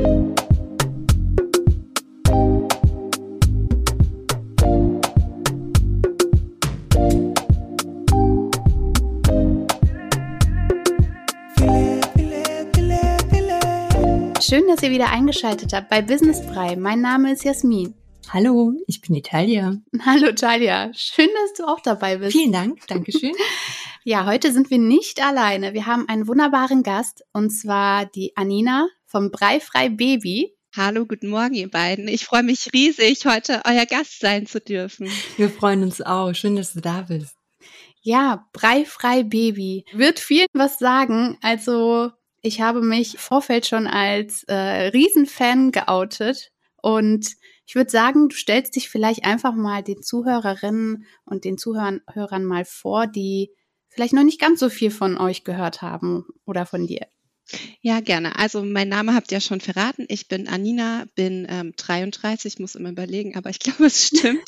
Schön, dass ihr wieder eingeschaltet habt bei Business Frei. Mein Name ist Jasmin. Hallo, ich bin die Talia. Hallo Talia, schön, dass du auch dabei bist. Vielen Dank, Dankeschön. Ja, heute sind wir nicht alleine. Wir haben einen wunderbaren Gast und zwar die Anina vom Breifrei Baby. Hallo, guten Morgen ihr beiden. Ich freue mich riesig, heute euer Gast sein zu dürfen. Wir freuen uns auch. Schön, dass du da bist. Ja, Breifrei Baby. Wird vielen was sagen, also ich habe mich im Vorfeld schon als Riesenfan geoutet und ich würde sagen, du stellst dich vielleicht einfach mal den Zuhörerinnen und den Zuhörern mal vor, die vielleicht noch nicht ganz so viel von euch gehört haben oder von dir. Ja, gerne. Also mein Name habt ihr ja schon verraten. Ich bin Anina, bin 33, muss immer überlegen, aber ich glaube, es stimmt.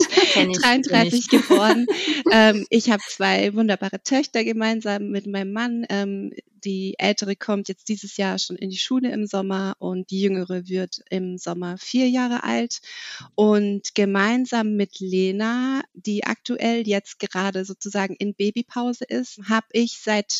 33 geboren. Ich habe 2 wunderbare Töchter gemeinsam mit meinem Mann. Die ältere kommt jetzt dieses Jahr schon in die Schule im Sommer und die jüngere wird im Sommer 4 Jahre alt. Und gemeinsam mit Lena, die aktuell jetzt gerade sozusagen in Babypause ist, habe ich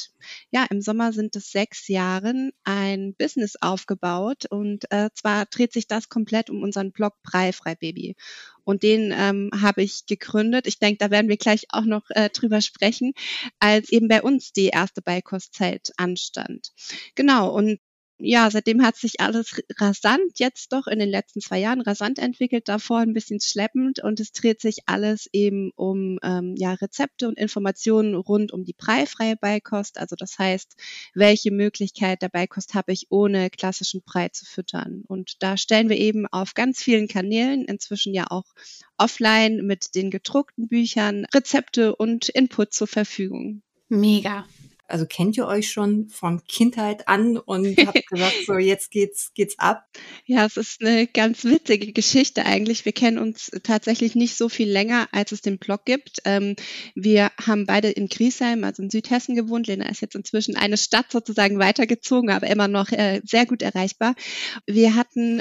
im Sommer sind es 6 Jahren ein Business aufgebaut und zwar dreht sich das komplett um unseren Blog Breifrei Baby. Und den habe ich gegründet. Ich denke, da werden wir gleich auch noch drüber sprechen, als eben bei uns die erste Beikostzeit anstand. Genau, und ja, seitdem hat sich alles rasant jetzt doch in den letzten 2 Jahren rasant entwickelt, davor ein bisschen schleppend und es dreht sich alles eben um Rezepte und Informationen rund um die breifreie Beikost. Also das heißt, welche Möglichkeit der Beikost habe ich, ohne klassischen Brei zu füttern. Und da stellen wir eben auf ganz vielen Kanälen, inzwischen ja auch offline mit den gedruckten Büchern, Rezepte und Input zur Verfügung. Mega. Also kennt ihr euch schon von Kindheit an und habt gesagt, so jetzt geht's ab? Ja, es ist eine ganz witzige Geschichte eigentlich. Wir kennen uns tatsächlich nicht so viel länger, als es den Blog gibt. Wir haben beide in Griesheim, also in Südhessen gewohnt. Lena ist jetzt inzwischen eine Stadt sozusagen weitergezogen, aber immer noch sehr gut erreichbar. Wir hatten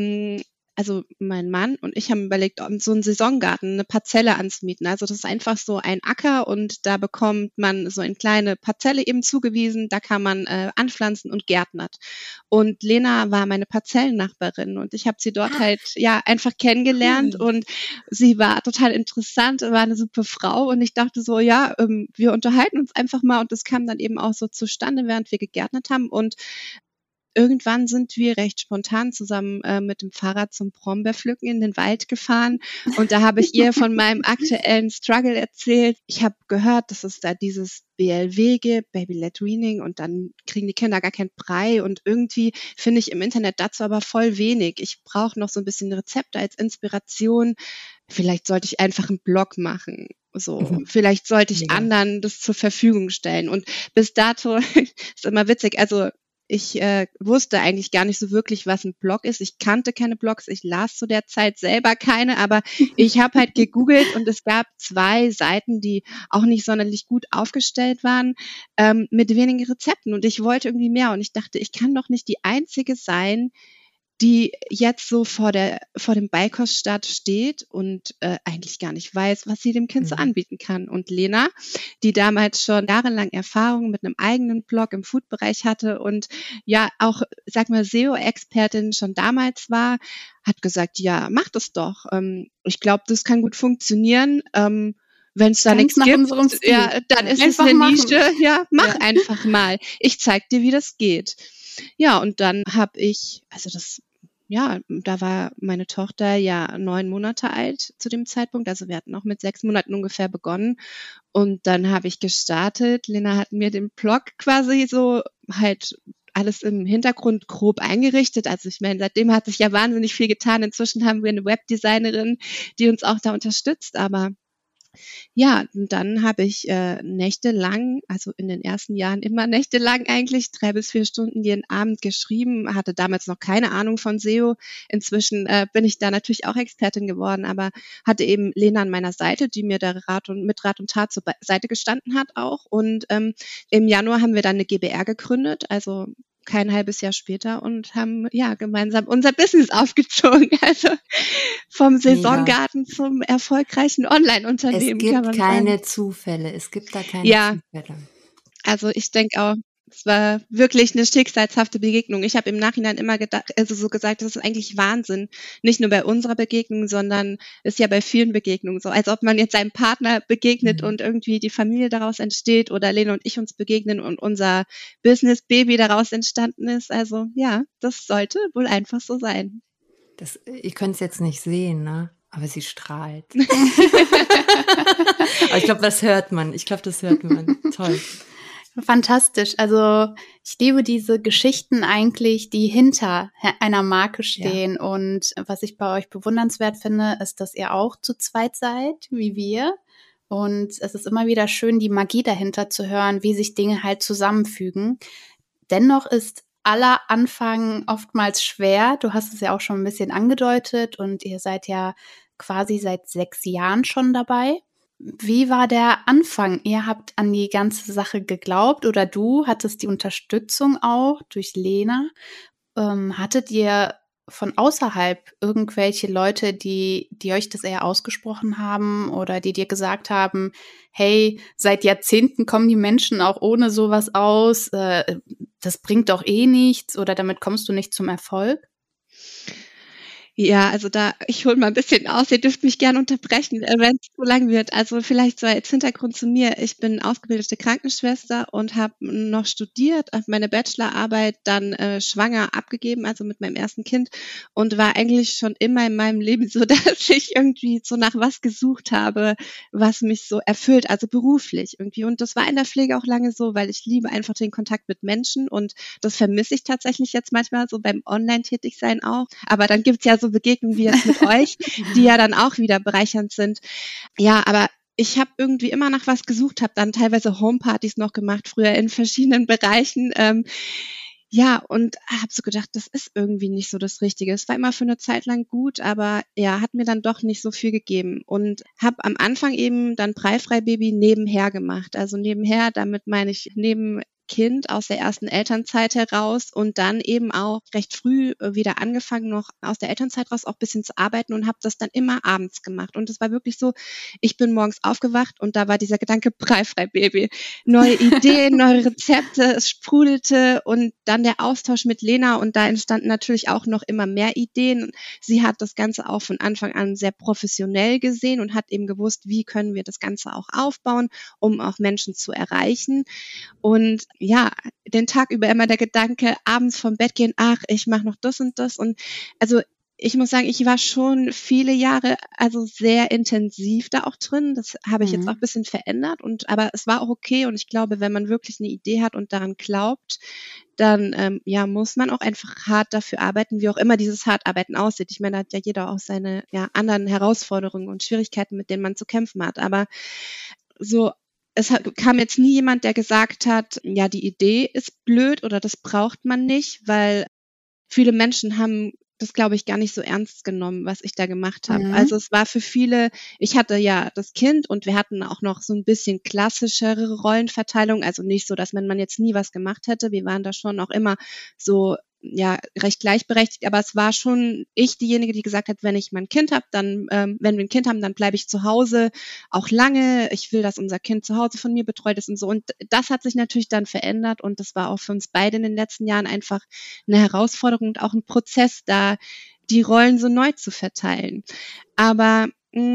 also mein Mann und ich haben überlegt, so einen Saisongarten, eine Parzelle anzumieten. Also das ist einfach so ein Acker und da bekommt man so eine kleine Parzelle eben zugewiesen. Da kann man anpflanzen und gärtnert. Und Lena war meine Parzellennachbarin und ich habe sie dort einfach kennengelernt und sie war total interessant, war eine super Frau und ich dachte so, wir unterhalten uns einfach mal und das kam dann eben auch so zustande, während wir gegärtnert haben und irgendwann sind wir recht spontan zusammen mit dem Fahrrad zum Brombeerpflücken in den Wald gefahren und da habe ich ihr von meinem aktuellen Struggle erzählt. Ich habe gehört, dass es da dieses BLW gibt, Baby-led Weaning, und dann kriegen die Kinder gar keinen Brei und irgendwie finde ich im Internet dazu aber voll wenig. Ich brauche noch so ein bisschen Rezepte als Inspiration. Vielleicht sollte ich einfach einen Blog machen. So, vielleicht sollte ich anderen das zur Verfügung stellen. Und bis dato ist immer witzig, also ich wusste eigentlich gar nicht so wirklich, was ein Blog ist. Ich kannte keine Blogs, ich las zu der Zeit selber keine, aber ich habe halt gegoogelt und es gab 2 Seiten, die auch nicht sonderlich gut aufgestellt waren, mit wenigen Rezepten und ich wollte irgendwie mehr und ich dachte, ich kann doch nicht die Einzige sein, die jetzt so vor dem Beikoststart steht und eigentlich gar nicht weiß, was sie dem Kind so anbieten kann. Und Lena, die damals schon jahrelang Erfahrung mit einem eigenen Blog im Food-Bereich hatte und ja auch, sag mal, SEO-Expertin schon damals war, hat gesagt, ja, mach das doch. Ich glaube, das kann gut funktionieren. Wenn es da nichts gibt, dann ist es eine Nische. Ja, mach einfach mal. Ich zeig dir, wie das geht. Ja, und dann habe ich, da war meine Tochter 9 Monate alt zu dem Zeitpunkt. Also wir hatten auch mit 6 Monaten ungefähr begonnen. Und dann habe ich gestartet. Lena hat mir den Blog quasi so halt alles im Hintergrund grob eingerichtet. Also ich meine, seitdem hat sich ja wahnsinnig viel getan. Inzwischen haben wir eine Webdesignerin, die uns auch da unterstützt. Aber ja, und dann habe ich nächtelang, also in den ersten Jahren immer nächtelang eigentlich, 3 bis 4 Stunden jeden Abend geschrieben, hatte damals noch keine Ahnung von SEO. Inzwischen bin ich da natürlich auch Expertin geworden, aber hatte eben Lena an meiner Seite, die mir da mit Rat und Tat zur Seite gestanden hat auch. Und im Januar haben wir dann eine GbR gegründet, also kein halbes Jahr später und haben ja gemeinsam unser Business aufgezogen. Also vom Saisongarten zum erfolgreichen Online-Unternehmen, Es kann gibt man sagen. keine Zufälle. Es gibt da keine Ja, Zufälle. also ich denke auch, es war wirklich eine schicksalshafte Begegnung. Ich habe im Nachhinein immer gedacht, also so gesagt, das ist eigentlich Wahnsinn. Nicht nur bei unserer Begegnung, sondern ist ja bei vielen Begegnungen so. Als ob man jetzt seinem Partner begegnet und irgendwie die Familie daraus entsteht oder Lena und ich uns begegnen und unser Business-Baby daraus entstanden ist. Also ja, das sollte wohl einfach so sein. Ihr könnt es jetzt nicht sehen, ne? Aber sie strahlt. Aber ich glaube, das hört man. Toll. Fantastisch. Also ich liebe diese Geschichten eigentlich, die hinter einer Marke stehen. Ja. Und was ich bei euch bewundernswert finde, ist, dass ihr auch zu zweit seid, wie wir. Und es ist immer wieder schön, die Magie dahinter zu hören, wie sich Dinge halt zusammenfügen. Dennoch ist aller Anfang oftmals schwer. Du hast es ja auch schon ein bisschen angedeutet und ihr seid ja quasi seit 6 Jahren schon dabei. Wie war der Anfang? Ihr habt an die ganze Sache geglaubt oder du hattest die Unterstützung auch durch Lena. Hattet ihr von außerhalb irgendwelche Leute, die euch das eher ausgesprochen haben oder die dir gesagt haben, hey, seit Jahrzehnten kommen die Menschen auch ohne sowas aus, das bringt doch eh nichts oder damit kommst du nicht zum Erfolg? Ja, also ich hole mal ein bisschen aus. Ihr dürft mich gerne unterbrechen, wenn es zu lang wird. Also vielleicht so als Hintergrund zu mir. Ich bin ausgebildete Krankenschwester und habe noch studiert, habe meine Bachelorarbeit dann schwanger abgegeben, also mit meinem ersten Kind und war eigentlich schon immer in meinem Leben so, dass ich irgendwie so nach was gesucht habe, was mich so erfüllt, also beruflich irgendwie. Und das war in der Pflege auch lange so, weil ich liebe einfach den Kontakt mit Menschen und das vermisse ich tatsächlich jetzt manchmal so beim Online-Tätigsein auch. Aber dann gibt's ja so Begegnungen wie jetzt mit euch, die ja dann auch wieder bereichernd sind. Ja, aber ich habe irgendwie immer nach was gesucht, habe dann teilweise Homepartys noch gemacht, früher in verschiedenen Bereichen. Ja, und habe so gedacht, das ist irgendwie nicht so das Richtige. Es war immer für eine Zeit lang gut, aber ja, hat mir dann doch nicht so viel gegeben. Und habe am Anfang eben dann Breifrei Baby nebenher gemacht. Also nebenher, damit meine ich neben Kind aus der ersten Elternzeit heraus und dann eben auch recht früh wieder angefangen, noch aus der Elternzeit raus auch ein bisschen zu arbeiten und habe das dann immer abends gemacht. Und es war wirklich so, ich bin morgens aufgewacht und da war dieser Gedanke Breifrei Baby. Neue Ideen, neue Rezepte, es sprudelte und dann der Austausch mit Lena und da entstanden natürlich auch noch immer mehr Ideen. Sie hat das Ganze auch von Anfang an sehr professionell gesehen und hat eben gewusst, wie können wir das Ganze auch aufbauen, um auch Menschen zu erreichen. Und ja, den Tag über immer der Gedanke, abends vom Bett gehen, ach, ich mache noch das und das. Und also ich muss sagen, ich war schon viele Jahre also sehr intensiv da auch drin. Das habe ich jetzt auch ein bisschen verändert. Aber es war auch okay. Und ich glaube, wenn man wirklich eine Idee hat und daran glaubt, dann muss man auch einfach hart dafür arbeiten, wie auch immer dieses Hartarbeiten aussieht. Ich meine, da hat ja jeder auch seine anderen Herausforderungen und Schwierigkeiten, mit denen man zu kämpfen hat. Aber so, es kam jetzt nie jemand, der gesagt hat, ja, die Idee ist blöd oder das braucht man nicht, weil viele Menschen haben das, glaube ich, gar nicht so ernst genommen, was ich da gemacht habe. Also es war für viele, ich hatte ja das Kind und wir hatten auch noch so ein bisschen klassischere Rollenverteilung, also nicht so, dass man jetzt nie was gemacht hätte. Wir waren da schon auch immer so recht gleichberechtigt, aber es war schon ich diejenige, die gesagt hat, wenn ich mein Kind habe, dann, wenn wir ein Kind haben, dann bleibe ich zu Hause auch lange. Ich will, dass unser Kind zu Hause von mir betreut ist und so. Und das hat sich natürlich dann verändert und das war auch für uns beide in den letzten Jahren einfach eine Herausforderung und auch ein Prozess, da die Rollen so neu zu verteilen. Aber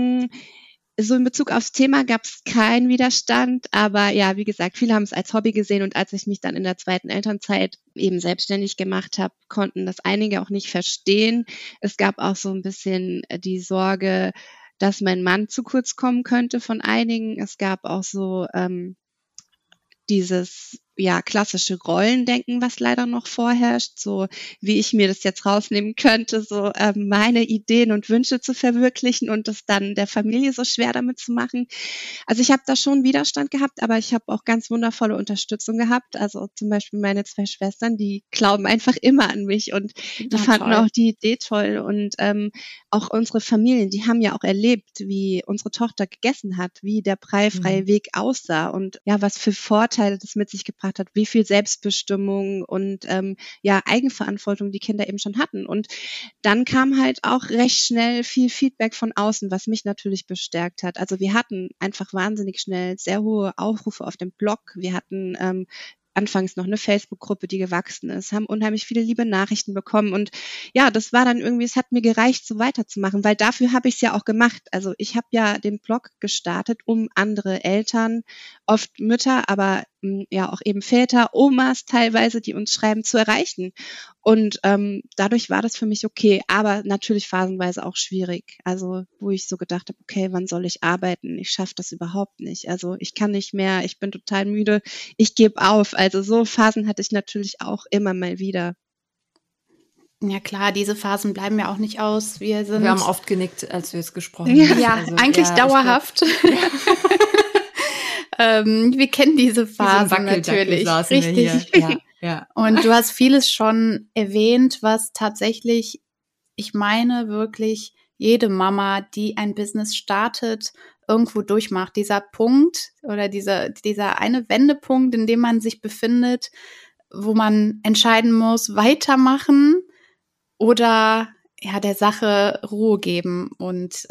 so in Bezug aufs Thema gab es keinen Widerstand, aber ja, wie gesagt, viele haben es als Hobby gesehen und als ich mich dann in der zweiten Elternzeit eben selbstständig gemacht habe, konnten das einige auch nicht verstehen. Es gab auch so ein bisschen die Sorge, dass mein Mann zu kurz kommen könnte von einigen. Es gab auch so dieses klassische Rollendenken, was leider noch vorherrscht, so wie ich mir das jetzt rausnehmen könnte, so meine Ideen und Wünsche zu verwirklichen und das dann der Familie so schwer damit zu machen. Also ich habe da schon Widerstand gehabt, aber ich habe auch ganz wundervolle Unterstützung gehabt. Also zum Beispiel meine 2 Schwestern, die glauben einfach immer an mich und die fanden auch die Idee toll und auch unsere Familien, die haben ja auch erlebt, wie unsere Tochter gegessen hat, wie der breifreie Weg aussah und ja, was für Vorteile das mit sich gebracht gebracht hat, wie viel Selbstbestimmung und Eigenverantwortung die Kinder eben schon hatten. Und dann kam halt auch recht schnell viel Feedback von außen, was mich natürlich bestärkt hat. Also wir hatten einfach wahnsinnig schnell sehr hohe Aufrufe auf dem Blog. Wir hatten anfangs noch eine Facebook-Gruppe, die gewachsen ist, haben unheimlich viele liebe Nachrichten bekommen. Und ja, das war dann irgendwie, es hat mir gereicht, so weiterzumachen, weil dafür habe ich es ja auch gemacht. Also ich habe ja den Blog gestartet, um andere Eltern, oft Mütter, aber ja auch eben Väter, Omas teilweise, die uns schreiben, zu erreichen. Und dadurch war das für mich okay, aber natürlich phasenweise auch schwierig. Also wo ich so gedacht habe, okay, wann soll ich arbeiten? Ich schaffe das überhaupt nicht. Also ich kann nicht mehr, ich bin total müde, ich gebe auf. Also so Phasen hatte ich natürlich auch immer mal wieder. Ja klar, diese Phasen bleiben ja auch nicht aus. Wir haben oft genickt, als wir es gesprochen haben. Ja, also, eigentlich dauerhaft. Wir kennen diese Phasen natürlich. Richtig. Ja. Und du hast vieles schon erwähnt, was tatsächlich, ich meine wirklich jede Mama, die ein Business startet, irgendwo durchmacht. Dieser Punkt oder dieser eine Wendepunkt, in dem man sich befindet, wo man entscheiden muss, weitermachen oder ja der Sache Ruhe geben und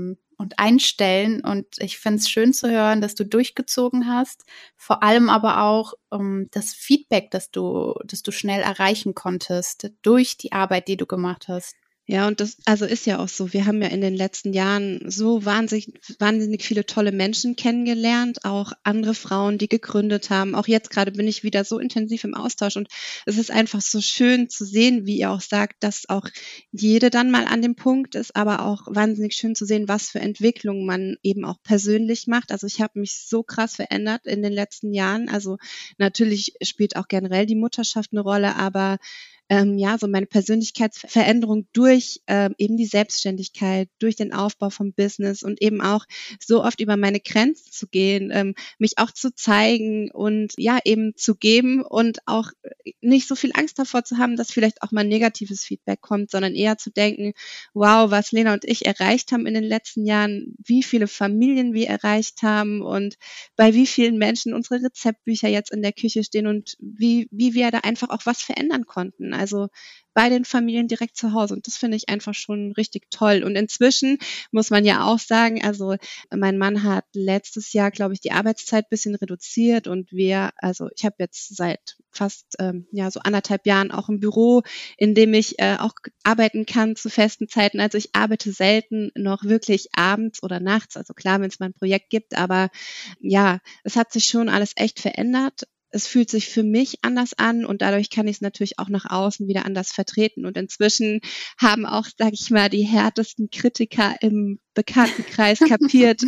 einstellen. Und ich finde es schön zu hören, dass du durchgezogen hast. Vor allem aber auch das Feedback, das du schnell erreichen konntest durch die Arbeit, die du gemacht hast. Ja, und das also ist ja auch so. Wir haben ja in den letzten Jahren so wahnsinnig viele tolle Menschen kennengelernt, auch andere Frauen, die gegründet haben. Auch jetzt gerade bin ich wieder so intensiv im Austausch und es ist einfach so schön zu sehen, wie ihr auch sagt, dass auch jede dann mal an dem Punkt ist, aber auch wahnsinnig schön zu sehen, was für Entwicklungen man eben auch persönlich macht. Also ich habe mich so krass verändert in den letzten Jahren. Also natürlich spielt auch generell die Mutterschaft eine Rolle, aber so meine Persönlichkeitsveränderung durch eben die Selbstständigkeit, durch den Aufbau vom Business und eben auch so oft über meine Grenzen zu gehen, mich auch zu zeigen und ja eben zu geben und auch nicht so viel Angst davor zu haben, dass vielleicht auch mal negatives Feedback kommt, sondern eher zu denken, wow, was Lena und ich erreicht haben in den letzten Jahren, wie viele Familien wir erreicht haben und bei wie vielen Menschen unsere Rezeptbücher jetzt in der Küche stehen und wie wir da einfach auch was verändern konnten. Also bei den Familien direkt zu Hause. Und das finde ich einfach schon richtig toll. Und inzwischen muss man ja auch sagen, also mein Mann hat letztes Jahr, glaube ich, die Arbeitszeit ein bisschen reduziert und ich habe jetzt seit fast so 1,5 Jahren auch ein Büro, in dem ich auch arbeiten kann zu festen Zeiten. Also ich arbeite selten noch wirklich abends oder nachts. Also klar, wenn es mal ein Projekt gibt, aber ja, es hat sich schon alles echt verändert. Es fühlt sich für mich anders an und dadurch kann ich es natürlich auch nach außen wieder anders vertreten. Und inzwischen haben auch, sage ich mal, die härtesten Kritiker im Bekanntenkreis kapiert,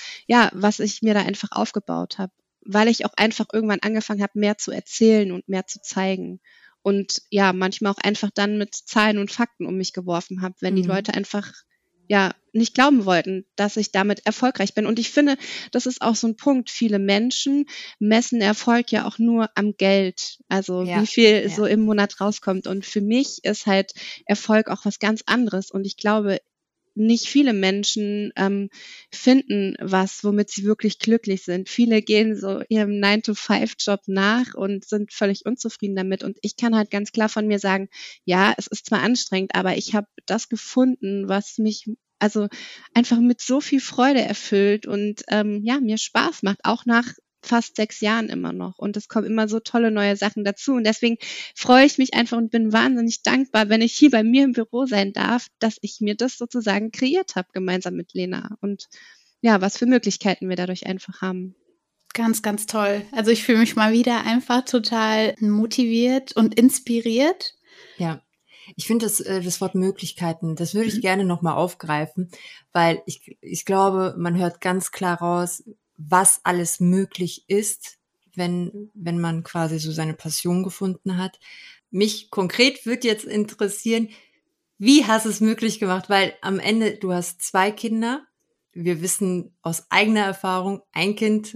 was ich mir da einfach aufgebaut habe, weil ich auch einfach irgendwann angefangen habe, mehr zu erzählen und mehr zu zeigen. Und ja, manchmal auch einfach dann mit Zahlen und Fakten um mich geworfen habe, wenn die Leute einfach nicht glauben wollten, dass ich damit erfolgreich bin. Und ich finde, das ist auch so ein Punkt. Viele Menschen messen Erfolg ja auch nur am Geld, also wie viel so im Monat rauskommt. Und für mich ist halt Erfolg auch was ganz anderes. Und ich glaube, nicht viele Menschen finden was, womit sie wirklich glücklich sind. Viele gehen so ihrem 9-to-5-Job nach und sind völlig unzufrieden damit. Und ich kann halt ganz klar von mir sagen, ja, es ist zwar anstrengend, aber ich habe das gefunden, was mich also einfach mit so viel Freude erfüllt und mir Spaß macht, auch nach fast 6 Jahren immer noch. Und es kommen immer so tolle neue Sachen dazu. Und deswegen freue ich mich einfach und bin wahnsinnig dankbar, wenn ich hier bei mir im Büro sein darf, dass ich mir das sozusagen kreiert habe, gemeinsam mit Lena. Und ja, was für Möglichkeiten wir dadurch einfach haben. Ganz, ganz toll. Also ich fühle mich mal wieder einfach total motiviert und inspiriert. Ja. Ich finde das Wort Möglichkeiten, das würde ich gerne nochmal aufgreifen, weil ich glaube, man hört ganz klar raus, was alles möglich ist, wenn man quasi so seine Passion gefunden hat. Mich konkret würde jetzt interessieren, wie hast du es möglich gemacht? Weil am Ende, du hast 2 Kinder. Wir wissen aus eigener Erfahrung, ein Kind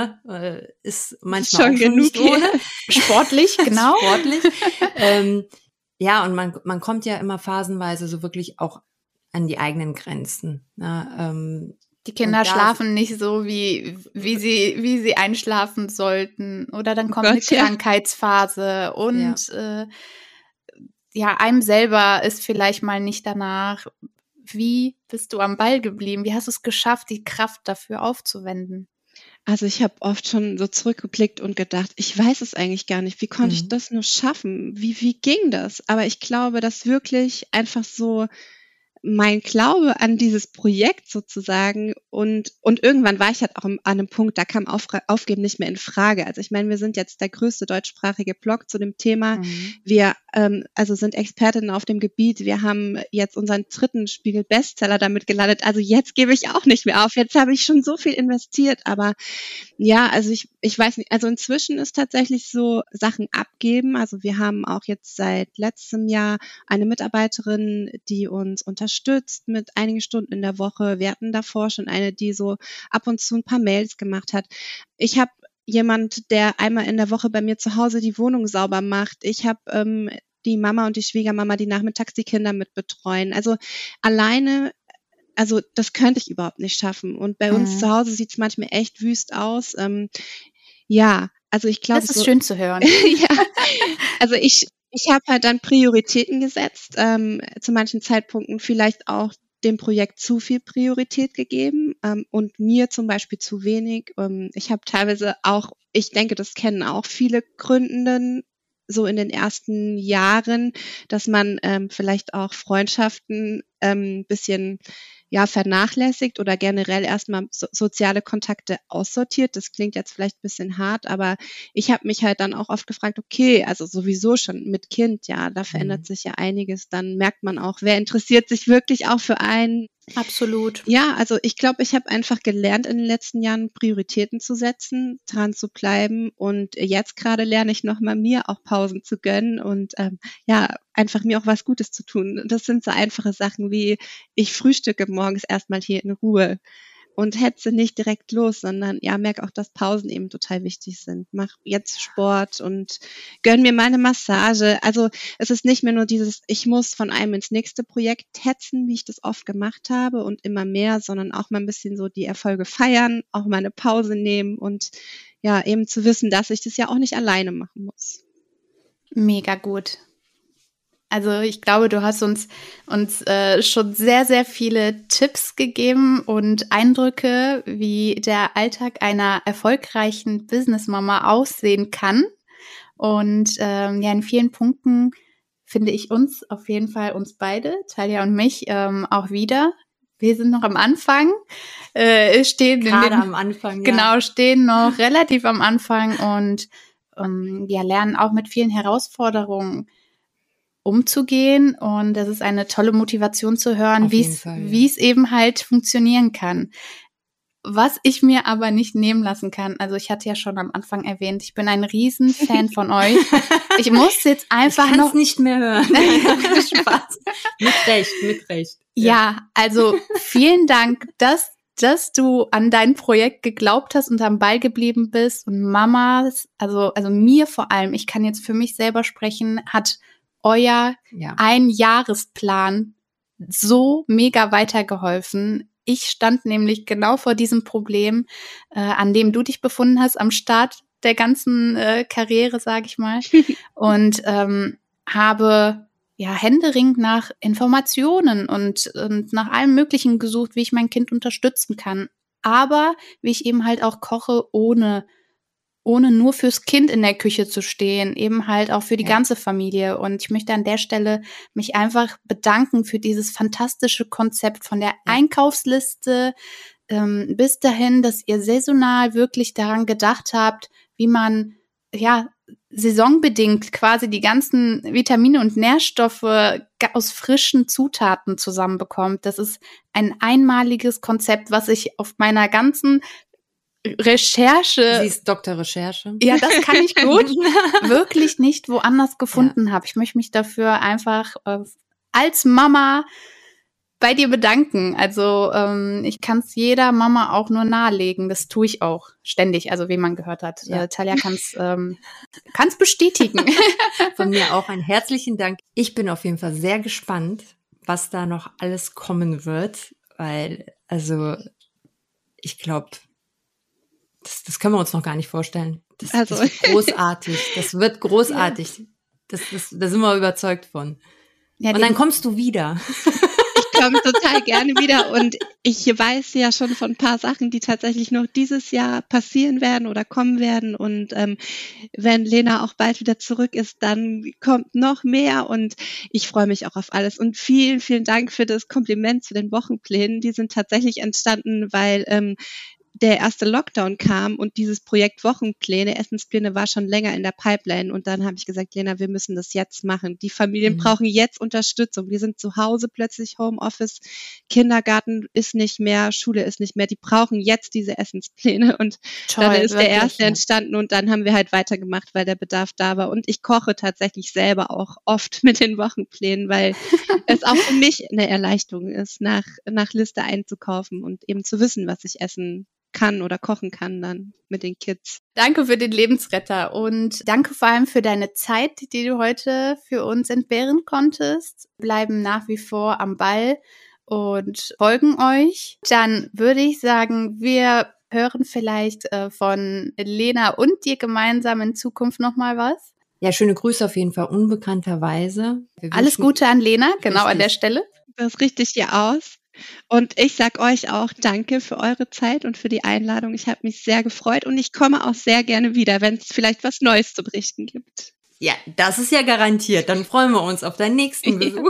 ist manchmal schon auch genug nicht ohne. Sportlich, genau. Sportlich. Ja, und man kommt ja immer phasenweise so wirklich auch an die eigenen Grenzen. Die Kinder schlafen nicht so, wie sie einschlafen sollten. Oder dann kommt eine Krankheitsphase und einem selber ist vielleicht mal nicht danach. Wie bist du am Ball geblieben? Wie hast du es geschafft, die Kraft dafür aufzuwenden? Also ich habe oft schon so zurückgeblickt und gedacht, ich weiß es eigentlich gar nicht. Wie konnte ich das nur schaffen? Wie ging das? Aber ich glaube, dass wirklich einfach so mein Glaube an dieses Projekt sozusagen und irgendwann war ich halt auch an einem Punkt, da kam Aufgeben nicht mehr in Frage. Also ich meine, wir sind jetzt der größte deutschsprachige Blog zu dem Thema. Wir sind Expertinnen auf dem Gebiet. Wir haben jetzt unseren 3. Spiegel-Bestseller damit gelandet. Also jetzt gebe ich auch nicht mehr auf. Jetzt habe ich schon so viel investiert. Aber ja, also ich weiß nicht. Also inzwischen ist tatsächlich so Sachen abgeben. Also wir haben auch jetzt seit letztem Jahr eine Mitarbeiterin, die uns unterstützt mit einigen Stunden in der Woche. Wir hatten davor schon eine, die so ab und zu ein paar Mails gemacht hat. Ich habe jemand, der einmal in der Woche bei mir zu Hause die Wohnung sauber macht. Ich habe die Mama und die Schwiegermama, die nachmittags die Kinder mit betreuen. Also alleine, also das könnte ich überhaupt nicht schaffen. Und bei uns zu Hause sieht es manchmal echt wüst aus. Also ich glaube, das ist schön zu hören. Ja, also ich habe halt dann Prioritäten gesetzt, zu manchen Zeitpunkten vielleicht auch dem Projekt zu viel Priorität gegeben und mir zum Beispiel zu wenig. Ich habe teilweise auch, ich denke, das kennen auch viele Gründenden, so in den ersten Jahren, dass man vielleicht auch Freundschaften bisschen vernachlässigt oder generell erstmal soziale Kontakte aussortiert. Das klingt jetzt vielleicht ein bisschen hart, aber ich habe mich halt dann auch oft gefragt, okay, also sowieso schon mit Kind, ja, da verändert sich ja einiges. Dann merkt man auch, wer interessiert sich wirklich auch für einen. Absolut. Ja, also ich glaube, ich habe einfach gelernt in den letzten Jahren Prioritäten zu setzen, dran zu bleiben und jetzt gerade lerne ich nochmal mir auch Pausen zu gönnen und einfach mir auch was Gutes zu tun. Das sind so einfache Sachen wie, ich frühstücke morgens erstmal hier in Ruhe und hetze nicht direkt los, sondern merke auch, dass Pausen eben total wichtig sind. Mach jetzt Sport und gönn mir mal eine Massage. Also es ist nicht mehr nur dieses, ich muss von einem ins nächste Projekt hetzen, wie ich das oft gemacht habe und immer mehr, sondern auch mal ein bisschen so die Erfolge feiern, auch mal eine Pause nehmen und eben zu wissen, dass ich das ja auch nicht alleine machen muss. Mega gut. Also ich glaube, du hast uns schon sehr, sehr viele Tipps gegeben und Eindrücke, wie der Alltag einer erfolgreichen Businessmama aussehen kann. Und in vielen Punkten finde ich uns auf jeden Fall, uns beide, Talia und mich, auch wieder. Wir sind noch am Anfang, stehen noch relativ am Anfang und lernen auch mit vielen Herausforderungen umzugehen, und das ist eine tolle Motivation zu hören, wie es eben halt funktionieren kann. Was ich mir aber nicht nehmen lassen kann, also ich hatte ja schon am Anfang erwähnt, ich bin ein Riesenfan von euch. Ich muss jetzt einfach ich kann's nicht mehr hören. Spaß. Mit Recht. Ja, also vielen Dank, dass du an dein Projekt geglaubt hast und am Ball geblieben bist, und Mamas, also mir vor allem, ich kann jetzt für mich selber sprechen, hat euer Einjahresplan so mega weitergeholfen. Ich stand nämlich genau vor diesem Problem, an dem du dich befunden hast, am Start der ganzen Karriere, sage ich mal, und habe händeringend nach Informationen und nach allem Möglichen gesucht, wie ich mein Kind unterstützen kann. Aber wie ich eben halt auch koche, ohne nur fürs Kind in der Küche zu stehen, eben halt auch für die ganze Familie. Und ich möchte an der Stelle mich einfach bedanken für dieses fantastische Konzept von der Einkaufsliste bis dahin, dass ihr saisonal wirklich daran gedacht habt, wie man saisonbedingt quasi die ganzen Vitamine und Nährstoffe aus frischen Zutaten zusammenbekommt. Das ist ein einmaliges Konzept, was ich auf meiner ganzen Recherche. Sie ist Dr. Recherche. Ja, das kann ich gut. Wirklich nicht woanders gefunden habe. Ich möchte mich dafür einfach als Mama bei dir bedanken. Also ich kann es jeder Mama auch nur nahelegen. Das tue ich auch ständig, also wie man gehört hat. Talia kann es bestätigen. Von mir auch einen herzlichen Dank. Ich bin auf jeden Fall sehr gespannt, was da noch alles kommen wird, weil ich glaube, das können wir uns noch gar nicht vorstellen. Das Also. wird großartig. Das wird großartig. Da sind wir überzeugt von. Ja, und dann kommst du wieder. Ich komme total gerne wieder und ich weiß ja schon von ein paar Sachen, die tatsächlich noch dieses Jahr passieren werden oder kommen werden und wenn Lena auch bald wieder zurück ist, dann kommt noch mehr und ich freue mich auch auf alles und vielen, vielen Dank für das Kompliment zu den Wochenplänen. Die sind tatsächlich entstanden, weil der erste Lockdown kam und dieses Projekt Wochenpläne, Essenspläne war schon länger in der Pipeline und dann habe ich gesagt, Lena, wir müssen das jetzt machen. Die Familien brauchen jetzt Unterstützung. Die sind zu Hause plötzlich, Homeoffice, Kindergarten ist nicht mehr, Schule ist nicht mehr. Die brauchen jetzt diese Essenspläne und toll, dann ist wirklich, der erste entstanden und dann haben wir halt weitergemacht, weil der Bedarf da war und ich koche tatsächlich selber auch oft mit den Wochenplänen, weil es auch für mich eine Erleichterung ist, nach Liste einzukaufen und eben zu wissen, was ich essen kann oder kochen kann dann mit den Kids. Danke für den Lebensretter und danke vor allem für deine Zeit, die du heute für uns entbehren konntest. Wir bleiben nach wie vor am Ball und folgen euch. Dann würde ich sagen, wir hören vielleicht von Lena und dir gemeinsam in Zukunft nochmal was. Ja, schöne Grüße auf jeden Fall, unbekannterweise. Alles Gute an Lena, genau an der Stelle. Das richte ich dir aus. Und ich sag euch auch danke für eure Zeit und für die Einladung. Ich habe mich sehr gefreut und ich komme auch sehr gerne wieder, wenn es vielleicht was Neues zu berichten gibt. Ja, das ist ja garantiert. Dann freuen wir uns auf deinen nächsten Besuch.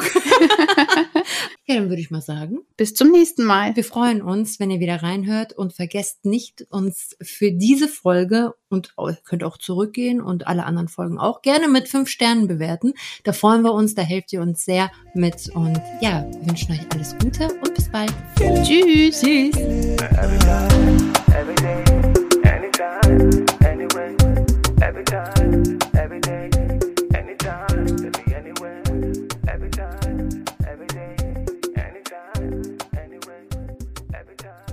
Ja, dann würde ich mal sagen, bis zum nächsten Mal. Wir freuen uns, wenn ihr wieder reinhört und vergesst nicht, uns für diese Folge und könnt auch zurückgehen und alle anderen Folgen auch gerne mit 5 Sternen bewerten. Da freuen wir uns, da helft ihr uns sehr mit und ja, wir wünschen euch alles Gute und bis bald. Tschüss. Tschüss. Every time, every day, anytime, anywhere, every time, every day, anytime, baby, anywhere, every time, every day, anytime, anywhere, every time.